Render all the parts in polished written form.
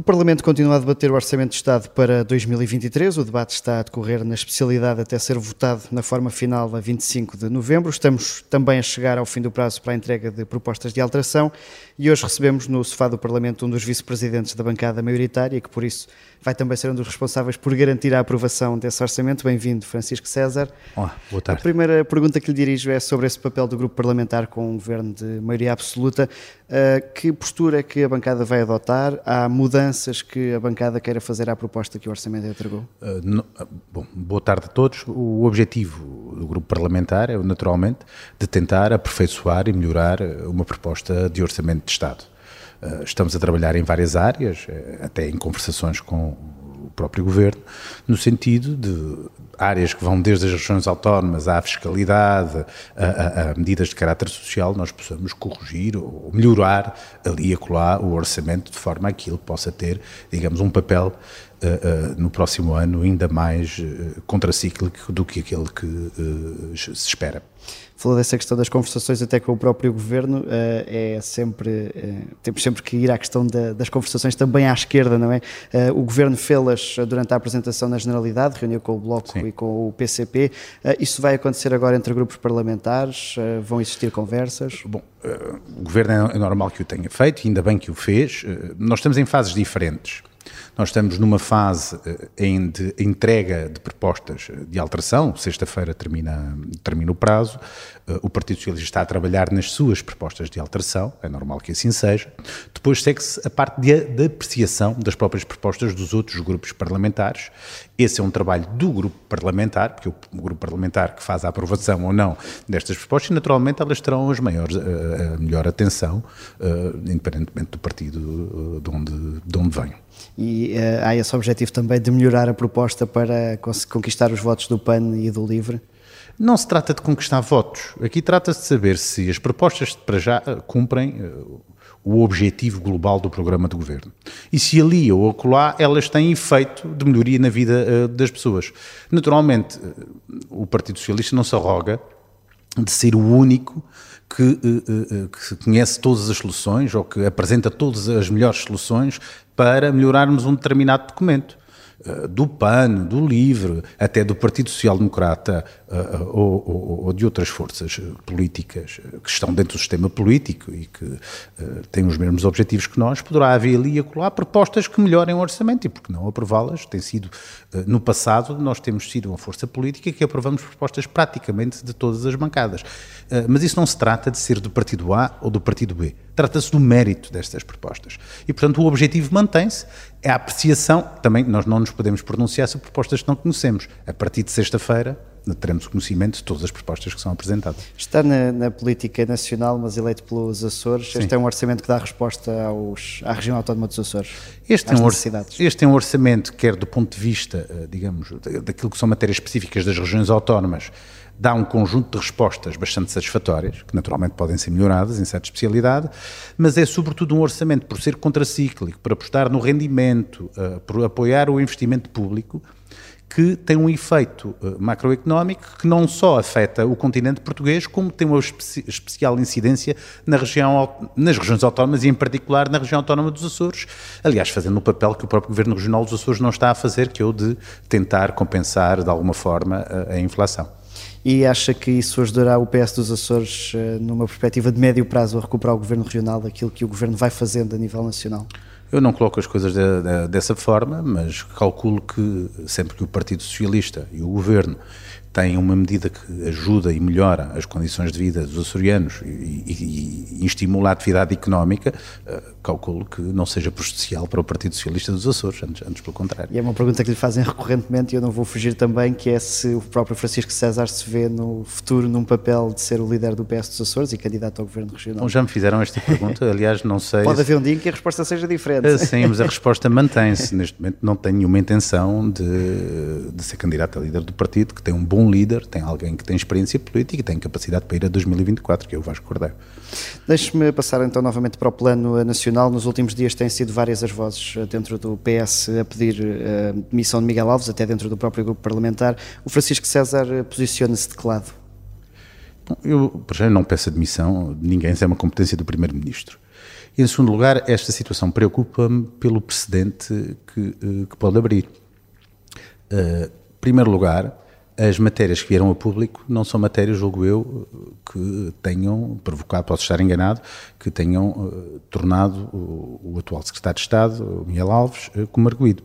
O Parlamento continua a debater o Orçamento de Estado para 2023. O debate está a decorrer na especialidade até ser votado na forma final a 25 de novembro. Estamos também a chegar ao fim do prazo para a entrega de propostas de alteração e hoje recebemos no sofá do Parlamento um dos vice-presidentes da bancada maioritária, que por isso vai também ser um dos responsáveis por garantir a aprovação desse orçamento. Bem-vindo, Francisco César. Olá, boa tarde. A primeira pergunta que lhe dirijo é sobre esse papel do grupo parlamentar com um governo de maioria absoluta. Que postura é que a bancada vai adotar? Há mudanças que a bancada queira fazer à proposta que o orçamento entregou? Boa tarde a todos. O objetivo do grupo parlamentar é, naturalmente, de tentar aperfeiçoar e melhorar uma proposta de orçamento de Estado. Estamos a trabalhar em várias áreas, até em conversações com o próprio Governo, no sentido de áreas que vão desde as regiões autónomas à fiscalidade, a medidas de caráter social, nós possamos corrigir ou melhorar ali e acolá o orçamento de forma a que ele possa ter, digamos, um papel no próximo ano ainda mais contracíclico do que aquele que se espera. Falou dessa questão das conversações até com o próprio Governo, temos sempre que ir à questão das conversações também à esquerda, não é? O Governo fê-las durante a apresentação na Generalidade, reuniu com o Bloco Sim. E com o PCP. Isso vai acontecer agora entre grupos parlamentares? Vão existir conversas? Bom, o Governo é normal que o tenha feito, e ainda bem que o fez. Nós estamos em fases diferentes. Nós estamos numa fase de entrega de propostas de alteração, sexta-feira termina o prazo, o Partido Socialista está a trabalhar nas suas propostas de alteração, é normal que assim seja. Depois segue-se a parte de apreciação das próprias propostas dos outros grupos parlamentares. Esse é um trabalho do grupo parlamentar, porque é o grupo parlamentar que faz a aprovação ou não destas propostas, e naturalmente elas terão a melhor atenção, independentemente do partido de onde venham. E há esse objetivo também de melhorar a proposta para conquistar os votos do PAN e do LIVRE? Não se trata de conquistar votos. Aqui trata-se de saber se as propostas para já cumprem o objetivo global do programa do Governo. E se ali ou acolá elas têm efeito de melhoria na vida das pessoas. Naturalmente, o Partido Socialista não se arroga de ser o único que conhece todas as soluções ou que apresenta todas as melhores soluções para melhorarmos um determinado documento. Do PAN, do LIVRE, até do Partido Social Democrata ou de outras forças políticas que estão dentro do sistema político e que têm os mesmos objetivos que nós, poderá haver ali e acolá propostas que melhorem o orçamento e porque não aprová-las. Tem sido, no passado, nós temos sido uma força política que aprovamos propostas praticamente de todas as bancadas. Mas isso não se trata de ser do Partido A ou do Partido B. Trata-se do mérito destas propostas. E, portanto, o objetivo mantém-se. É a apreciação. Também nós não nos podemos pronunciar sobre propostas que não conhecemos. A partir de sexta-feira teremos o conhecimento de todas as propostas que são apresentadas. Está na política nacional, mas eleito pelos Açores. Sim. Este é um orçamento que dá resposta à região autónoma dos Açores, às necessidades. Este é um orçamento, quer do ponto de vista, digamos, daquilo que são matérias específicas das regiões autónomas, dá um conjunto de respostas bastante satisfatórias, que naturalmente podem ser melhoradas em certa especialidade, mas é sobretudo um orçamento por ser contracíclico, por apostar no rendimento, por apoiar o investimento público, que tem um efeito macroeconómico que não só afeta o continente português, como tem uma especial incidência nas regiões autónomas e, em particular, na região autónoma dos Açores. Aliás, fazendo o papel que o próprio Governo Regional dos Açores não está a fazer, que é o de tentar compensar, de alguma forma, a inflação. E acha que isso ajudará o PS dos Açores, numa perspectiva de médio prazo, a recuperar o Governo Regional, aquilo que o Governo vai fazendo a nível nacional? Eu não coloco as coisas dessa forma, mas calculo que sempre que o Partido Socialista e o Governo têm uma medida que ajuda e melhora as condições de vida dos açorianos e estimula a atividade económica, calculo que não seja prejudicial para o Partido Socialista dos Açores, antes pelo contrário. E é uma pergunta que lhe fazem recorrentemente e eu não vou fugir também, que é se o próprio Francisco César se vê no futuro num papel de ser o líder do PS dos Açores e candidato ao Governo Regional. Bom, já me fizeram esta pergunta, aliás, não sei... Pode haver um dia em que a resposta seja diferente. Sim, mas a resposta mantém-se. Neste momento não tenho nenhuma intenção de ser candidato a líder do partido, que tem um bom líder, tem alguém que tem experiência política e tem capacidade para ir a 2024, que é o Vasco Cordeiro. Deixe-me passar então novamente para o plano nacional. Nos últimos dias têm sido várias as vozes dentro do PS a pedir a demissão de Miguel Alves, até dentro do próprio grupo parlamentar. O Francisco César posiciona-se de que lado? Bom, eu, por exemplo, não peço a demissão de ninguém, isso é uma competência do Primeiro-Ministro. E, em segundo lugar, esta situação preocupa-me pelo precedente que pode abrir. Em primeiro lugar, as matérias que vieram a público não são matérias, julgo eu, que tenham provocado, posso estar enganado, que tenham tornado o atual secretário de Estado, o Miguel Alves, como arguido.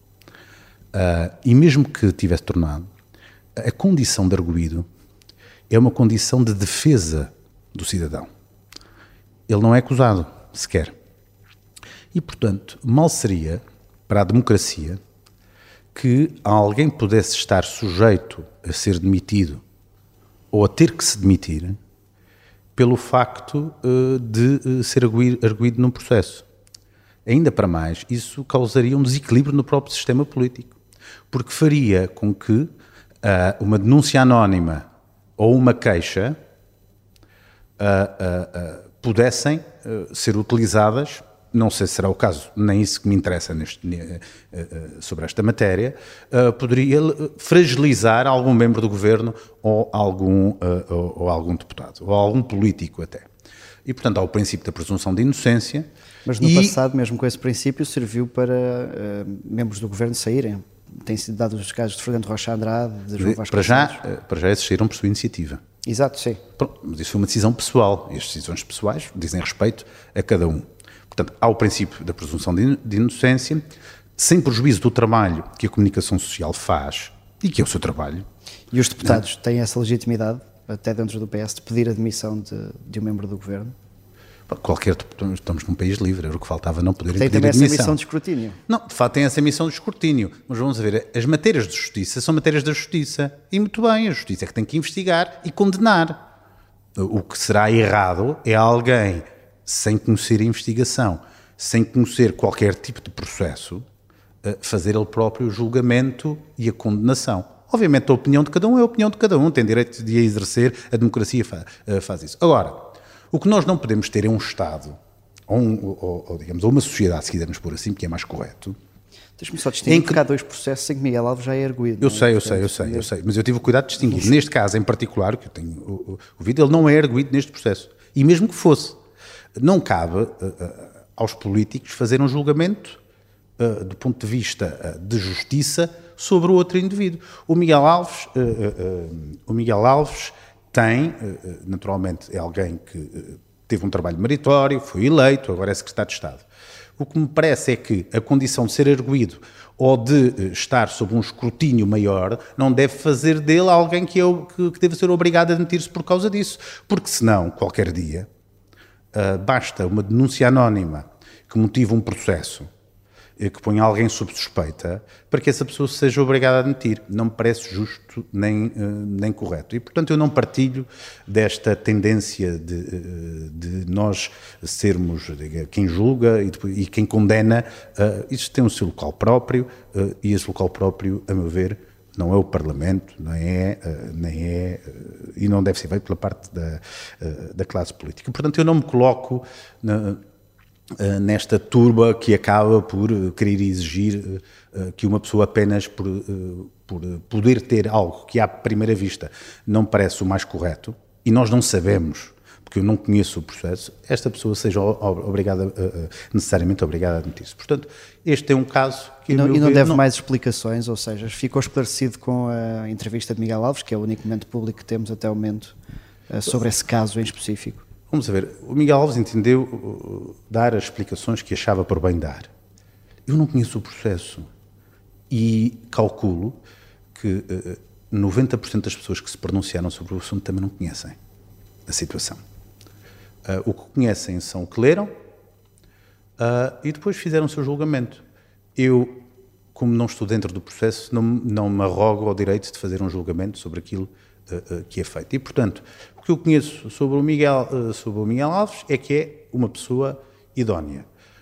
E mesmo que tivesse tornado, a condição de arguido é uma condição de defesa do cidadão. Ele não é acusado, sequer. E, portanto, mal seria para a democracia que alguém pudesse estar sujeito a ser demitido ou a ter que se demitir pelo facto de ser arguido num processo. Ainda para mais, isso causaria um desequilíbrio no próprio sistema político, porque faria com que uma denúncia anónima ou uma queixa pudessem ser utilizadas. Não sei se será o caso, nem isso que me interessa sobre esta matéria, poderia fragilizar algum membro do governo ou algum deputado, ou algum político até. E, portanto, há o princípio da presunção de inocência. Mas no passado, mesmo com esse princípio, serviu para membros do governo saírem. Tem sido dado os casos de Fernando Rocha Andrade, de João Vasconcelos. Para já existiram por sua iniciativa. Exato, sim. Pronto, mas isso foi uma decisão pessoal, e as decisões pessoais dizem respeito a cada um. Portanto, há o princípio da presunção de inocência, sem prejuízo do trabalho que a comunicação social faz, e que é o seu trabalho. E os deputados têm essa legitimidade, até dentro do PS, de pedir a demissão de um membro do governo? Qualquer deputado, estamos num país livre, era o que faltava não poder pedir a demissão. Tem também essa missão de escrutínio? Não, de facto tem essa missão de escrutínio, mas vamos ver, as matérias de justiça são matérias da justiça, e muito bem, a justiça é que tem que investigar e condenar. O que será errado é alguém, sem conhecer a investigação, sem conhecer qualquer tipo de processo, fazer ele próprio o julgamento e a condenação. Obviamente a opinião de cada um é a opinião de cada um, tem direito de a exercer, a democracia faz isso. Agora, o que nós não podemos ter é um Estado, ou digamos, uma sociedade, se quisermos pôr assim, que é mais correto. Deixa-me só distinguir, porque há dois processos em que Miguel Alves já é arguido. Eu sei, mas eu tive o cuidado de distinguir. Neste caso em particular, que eu tenho ouvido, ele não é arguido neste processo. E mesmo que fosse, não cabe aos políticos fazer um julgamento do ponto de vista de justiça sobre o outro indivíduo. O Miguel Alves tem, naturalmente, é alguém que teve um trabalho meritório, foi eleito, agora é secretário de Estado. O que me parece é que a condição de ser arguido ou de estar sob um escrutínio maior não deve fazer dele alguém que deve ser obrigado a admitir-se por causa disso. Porque senão, qualquer dia, basta uma denúncia anónima que motive um processo, que ponha alguém sob suspeita, para que essa pessoa seja obrigada a admitir. Não me parece justo nem correto. E, portanto, eu não partilho desta tendência de nós sermos quem julga e quem condena. Isso tem o seu local próprio, e esse local próprio, a meu ver, não é o Parlamento, e não deve ser feito pela parte da classe política. Portanto, eu não me coloco nesta turba que acaba por querer exigir que uma pessoa apenas por poder ter algo que à primeira vista não parece o mais correto, e nós não sabemos, porque eu não conheço o processo, esta pessoa seja necessariamente obrigada a admitir-se. Portanto, este é um caso que... E não deve mais explicações, ou seja, ficou esclarecido com a entrevista de Miguel Alves, que é o único momento público que temos até o momento, sobre esse caso em específico? Vamos ver, o Miguel Alves entendeu dar as explicações que achava por bem dar. Eu não conheço o processo e calculo que 90% das pessoas que se pronunciaram sobre o assunto também não conhecem a situação. O que conhecem são o que leram e depois fizeram o seu julgamento. Eu, como não estou dentro do processo, não me arrogo ao direito de fazer um julgamento sobre aquilo que é feito. E, portanto, o que eu conheço sobre o Miguel Alves é que é uma pessoa idónea.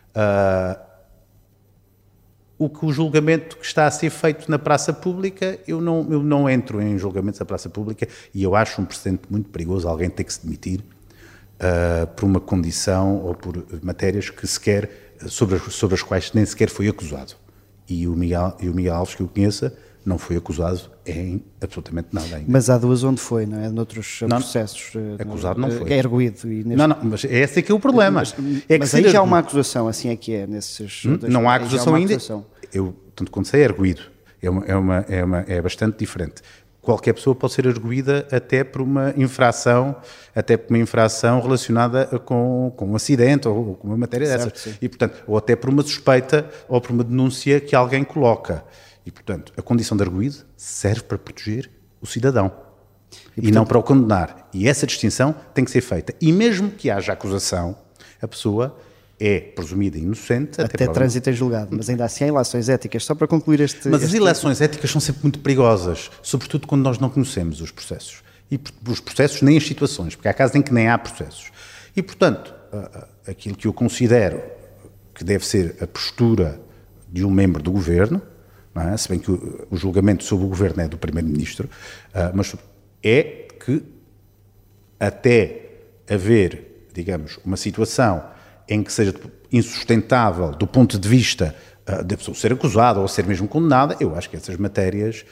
O julgamento que está a ser feito na praça pública, eu não entro em julgamentos da praça pública, e eu acho um precedente muito perigoso alguém ter que se demitir por uma condição ou por matérias que sobre as quais nem sequer foi acusado. E o Miguel Alves, que eu conheça, não foi acusado em absolutamente nada ainda. Mas há duas onde foi, não é? Noutros processos. Acusado não foi. É arguido. E Não, mas esse é que é o problema. Mas aí já há uma acusação, assim é que é. Nesses não há acusação ainda. Acusação. Eu, tanto quanto sei, é arguido. É bastante diferente. Qualquer pessoa pode ser arguída até por uma infração relacionada com um acidente ou com uma matéria dessas. E, portanto, ou até por uma suspeita ou por uma denúncia que alguém coloca. E, portanto, a condição de arguído serve para proteger o cidadão e não para o condenar. E essa distinção tem que ser feita. E mesmo que haja acusação, a pessoa é presumida inocente. Até trânsito em julgado, mas ainda assim há ilações éticas. Só para concluir as ilações éticas são sempre muito perigosas, sobretudo quando nós não conhecemos os processos. E os processos nem as situações, porque há casos em que nem há processos. E, portanto, aquilo que eu considero que deve ser a postura de um membro do governo, não é? Se bem que o julgamento sobre o governo é do primeiro-ministro, mas é que até haver, digamos, uma situação em que seja insustentável do ponto de vista da pessoa ser acusada ou ser mesmo condenada, eu acho que essas matérias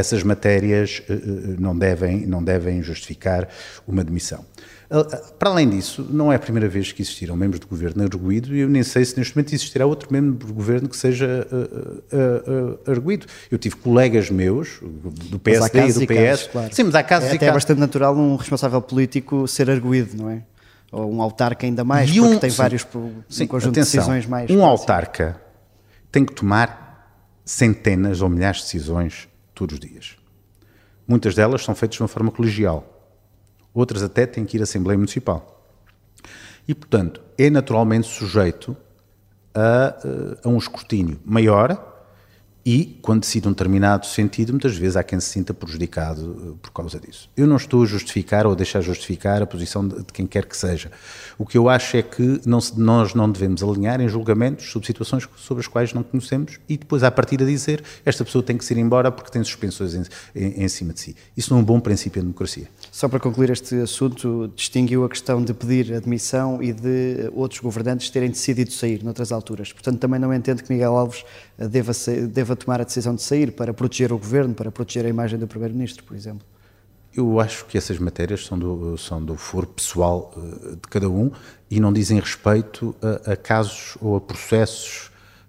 não devem justificar uma demissão. Para além disso, não é a primeira vez que existiram membros do governo arguído e eu nem sei se neste momento existirá outro membro do governo que seja arguído. Eu tive colegas meus, do PSD e do PS. Casos, claro. Sim, mas há casos até é bastante natural um responsável político ser arguído, não é? Ou um autarca ainda mais, porque tem vários conjunto de decisões mais... Um autarca tem que tomar centenas ou milhares de decisões todos os dias. Muitas delas são feitas de uma forma colegial. Outras até têm que ir à Assembleia Municipal. E, portanto, é naturalmente sujeito a um escrutínio maior e, quando decide um determinado sentido, muitas vezes há quem se sinta prejudicado por causa disso. Eu não estou a justificar ou a deixar justificar a posição de quem quer que seja. O que eu acho é que nós não devemos alinhar em julgamentos sobre situações sobre as quais não conhecemos e depois, à partida, dizer esta pessoa tem que ir embora porque tem suspensões em cima de si. Isso não é um bom princípio da democracia. Só para concluir este assunto, distinguiu a questão de pedir admissão e de outros governantes terem decidido sair noutras alturas. Portanto, também não entendo que Miguel Alves deva tomar a decisão de sair para proteger o governo, para proteger a imagem do primeiro-ministro, por exemplo. Eu acho que essas matérias são do foro pessoal de cada um e não dizem respeito a casos ou a processos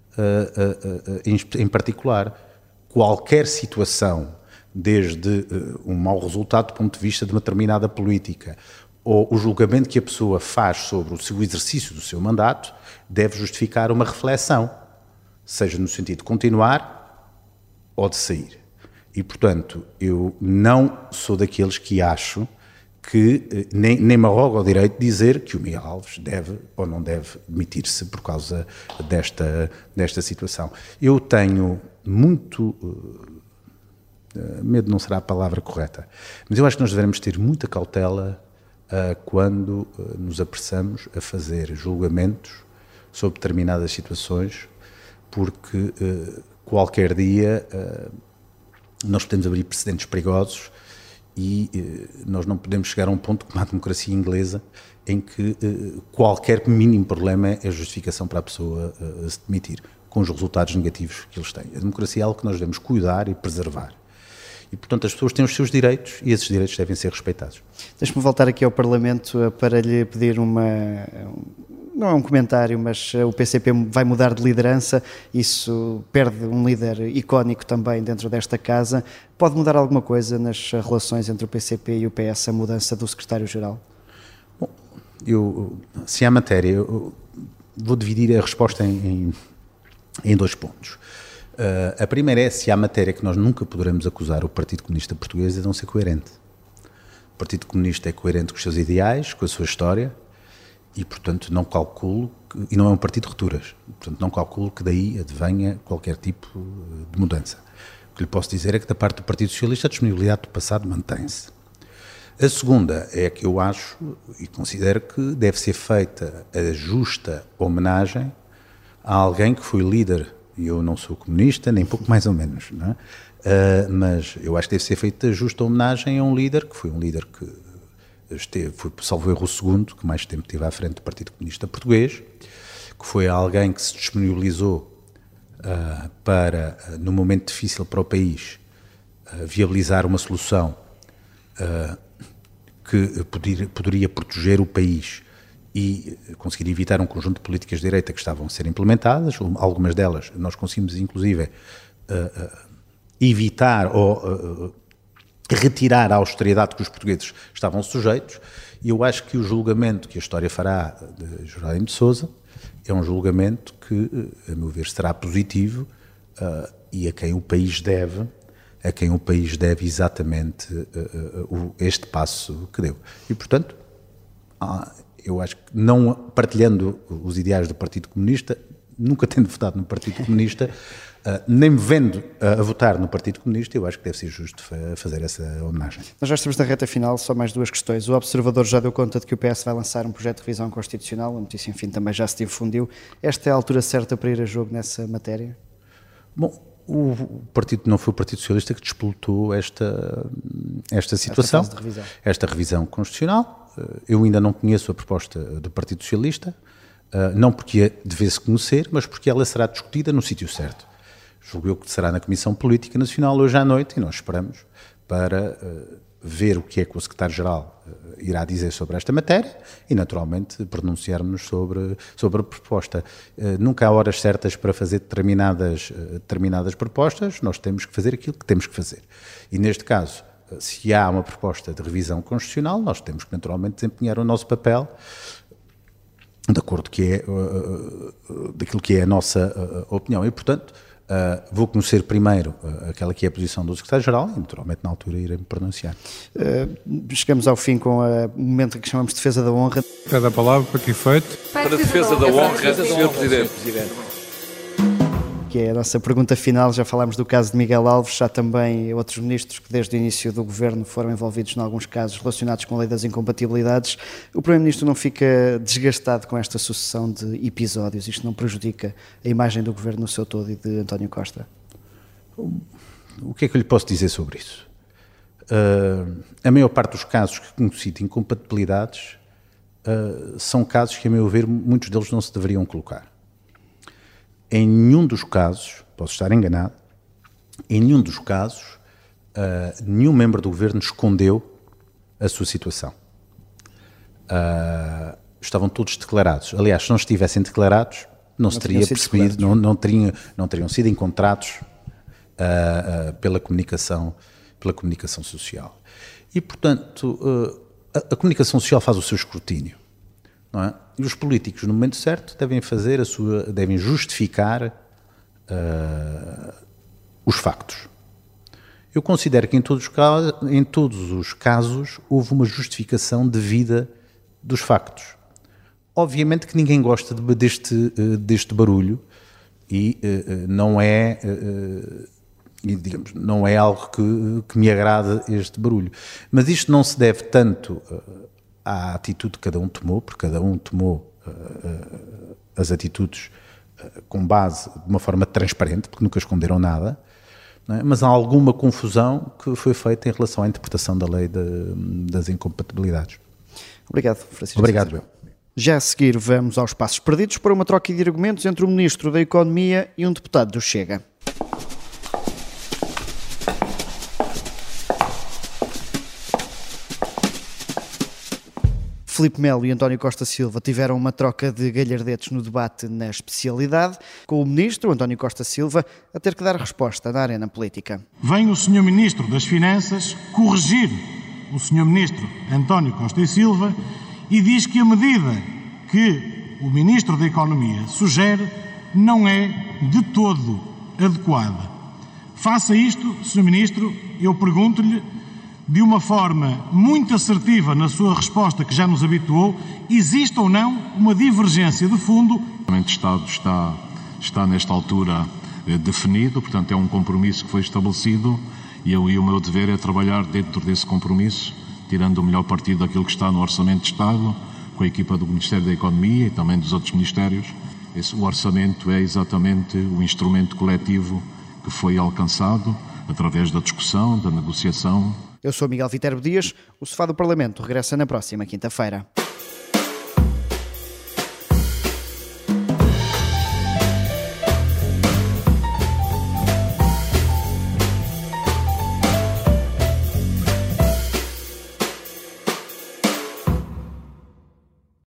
em particular. Qualquer situação, desde um mau resultado do ponto de vista de uma determinada política ou o julgamento que a pessoa faz sobre o exercício do seu mandato, deve justificar uma reflexão, seja no sentido de continuar ou de sair. E, portanto, eu não sou daqueles que acho que nem me arrogo ao direito de dizer que o Miguel Alves deve ou não deve demitir-se por causa desta situação. Eu tenho muito... medo não será a palavra correta, mas eu acho que nós devemos ter muita cautela quando nos apressamos a fazer julgamentos sobre determinadas situações, porque qualquer dia nós podemos abrir precedentes perigosos e nós não podemos chegar a um ponto como a democracia inglesa em que qualquer mínimo problema é justificação para a pessoa se demitir, com os resultados negativos que eles têm. A democracia é algo que nós devemos cuidar e preservar. E, portanto, as pessoas têm os seus direitos e esses direitos devem ser respeitados. Deixe-me voltar aqui ao Parlamento para lhe pedir não é um comentário, mas o PCP vai mudar de liderança, isso perde um líder icónico também dentro desta casa. Pode mudar alguma coisa nas relações entre o PCP e o PS, a mudança do secretário-geral? Bom, se há matéria, eu vou dividir a resposta em dois pontos. A primeira é se há matéria que nós nunca poderemos acusar o Partido Comunista Português de não ser coerente. O Partido Comunista é coerente com os seus ideais, com a sua história, e, portanto, não calculo, e não é um partido de rupturas, portanto, não calculo que daí advenha qualquer tipo de mudança. O que lhe posso dizer é que, da parte do Partido Socialista, a disponibilidade do passado mantém-se. A segunda é que eu acho e considero que deve ser feita a justa homenagem a alguém que foi líder, e eu não sou comunista, nem pouco mais ou menos, não é? Mas eu acho que deve ser feita a justa homenagem a um líder, que foi um líder que foi, salvo erro, o segundo que mais tempo esteve à frente do Partido Comunista Português, que foi alguém que se disponibilizou para, num momento difícil para o país, viabilizar uma solução que poderia proteger o país e conseguir evitar um conjunto de políticas de direita que estavam a ser implementadas. Algumas delas nós conseguimos, inclusive, evitar ou retirar a austeridade que os portugueses estavam sujeitos, e eu acho que o julgamento que a história fará de Jerónimo de Sousa é um julgamento que, a meu ver, será positivo e a quem o país deve exatamente este passo que deu. E, portanto, eu acho que, não partilhando os ideais do Partido Comunista, nunca tendo votado no Partido Comunista, nem me vendo a votar no Partido Comunista, eu acho que deve ser justo fazer essa homenagem. Nós já estamos na reta final, só mais duas questões. O Observador já deu conta de que o PS vai lançar um projeto de revisão constitucional, a notícia, enfim, também já se difundiu. Esta é a altura certa para ir a jogo nessa matéria? Bom, o partido não foi o Partido Socialista que disputou esta situação, esta revisão constitucional. Eu ainda não conheço a proposta do Partido Socialista, não porque a devesse conhecer, mas porque ela será discutida no sítio certo. Julgo eu que será na Comissão Política Nacional hoje à noite, e nós esperamos para ver o que é que o Secretário-Geral irá dizer sobre esta matéria e, naturalmente, pronunciar-nos sobre a proposta. Nunca há horas certas para fazer determinadas propostas, nós temos que fazer aquilo que temos que fazer. E, neste caso, se há uma proposta de revisão constitucional, nós temos que, naturalmente, desempenhar o nosso papel de acordo daquilo que é a nossa opinião. E, portanto, vou conhecer primeiro aquela que é a posição do Secretário-Geral e, naturalmente, na altura irei-me pronunciar. Chegamos ao fim com o momento que chamamos de defesa da honra. Cada palavra para que efeito? Para a defesa da honra, Sr. Presidente. Que é a nossa pergunta final. Já falámos do caso de Miguel Alves, já também outros ministros que desde o início do governo foram envolvidos em alguns casos relacionados com a lei das incompatibilidades. O Primeiro-Ministro não fica desgastado com esta sucessão de episódios? Isto não prejudica a imagem do governo no seu todo e de António Costa? O que é que eu lhe posso dizer sobre isso? A maior parte dos casos que conheci de incompatibilidades são casos que, a meu ver, muitos deles não se deveriam colocar. Em nenhum dos casos, posso estar enganado, em nenhum dos casos, nenhum membro do governo escondeu a sua situação. Estavam todos declarados. Aliás, se não estivessem declarados, não se teria percebido, não teriam sido encontrados pela comunicação social. E, portanto, a comunicação social faz o seu escrutínio. Não é? E os políticos, no momento certo, devem justificar os factos. Eu considero que em todos os casos houve uma justificação devida dos factos. Obviamente que ninguém gosta deste barulho e não é algo que me agrada, este barulho. Mas isto não se deve tanto à atitude que cada um tomou, porque cada um tomou as atitudes com base de uma forma transparente, porque nunca esconderam nada, não é? Mas há alguma confusão que foi feita em relação à interpretação da lei das incompatibilidades. Obrigado, Francisco. Obrigado, eu. Já a seguir vamos aos passos perdidos para uma troca de argumentos entre o Ministro da Economia e um deputado do Chega. Filipe Melo e António Costa Silva tiveram uma troca de galhardetes no debate na especialidade, com o Ministro, António Costa Silva, a ter que dar resposta na arena política. Vem o Sr. Ministro das Finanças corrigir o Sr. Ministro António Costa Silva e diz que a medida que o Ministro da Economia sugere não é de todo adequada. Faça isto, Sr. Ministro, eu pergunto-lhe, de uma forma muito assertiva na sua resposta, que já nos habituou, existe ou não uma divergência de fundo? O Orçamento de Estado está nesta altura definido, portanto é um compromisso que foi estabelecido e o meu dever é trabalhar dentro desse compromisso, tirando o melhor partido daquilo que está no Orçamento de Estado, com a equipa do Ministério da Economia e também dos outros ministérios. O Orçamento é exatamente o instrumento coletivo que foi alcançado através da discussão, da negociação. Eu sou Miguel Viterbo Dias, o Sofá do Parlamento regressa na próxima quinta-feira.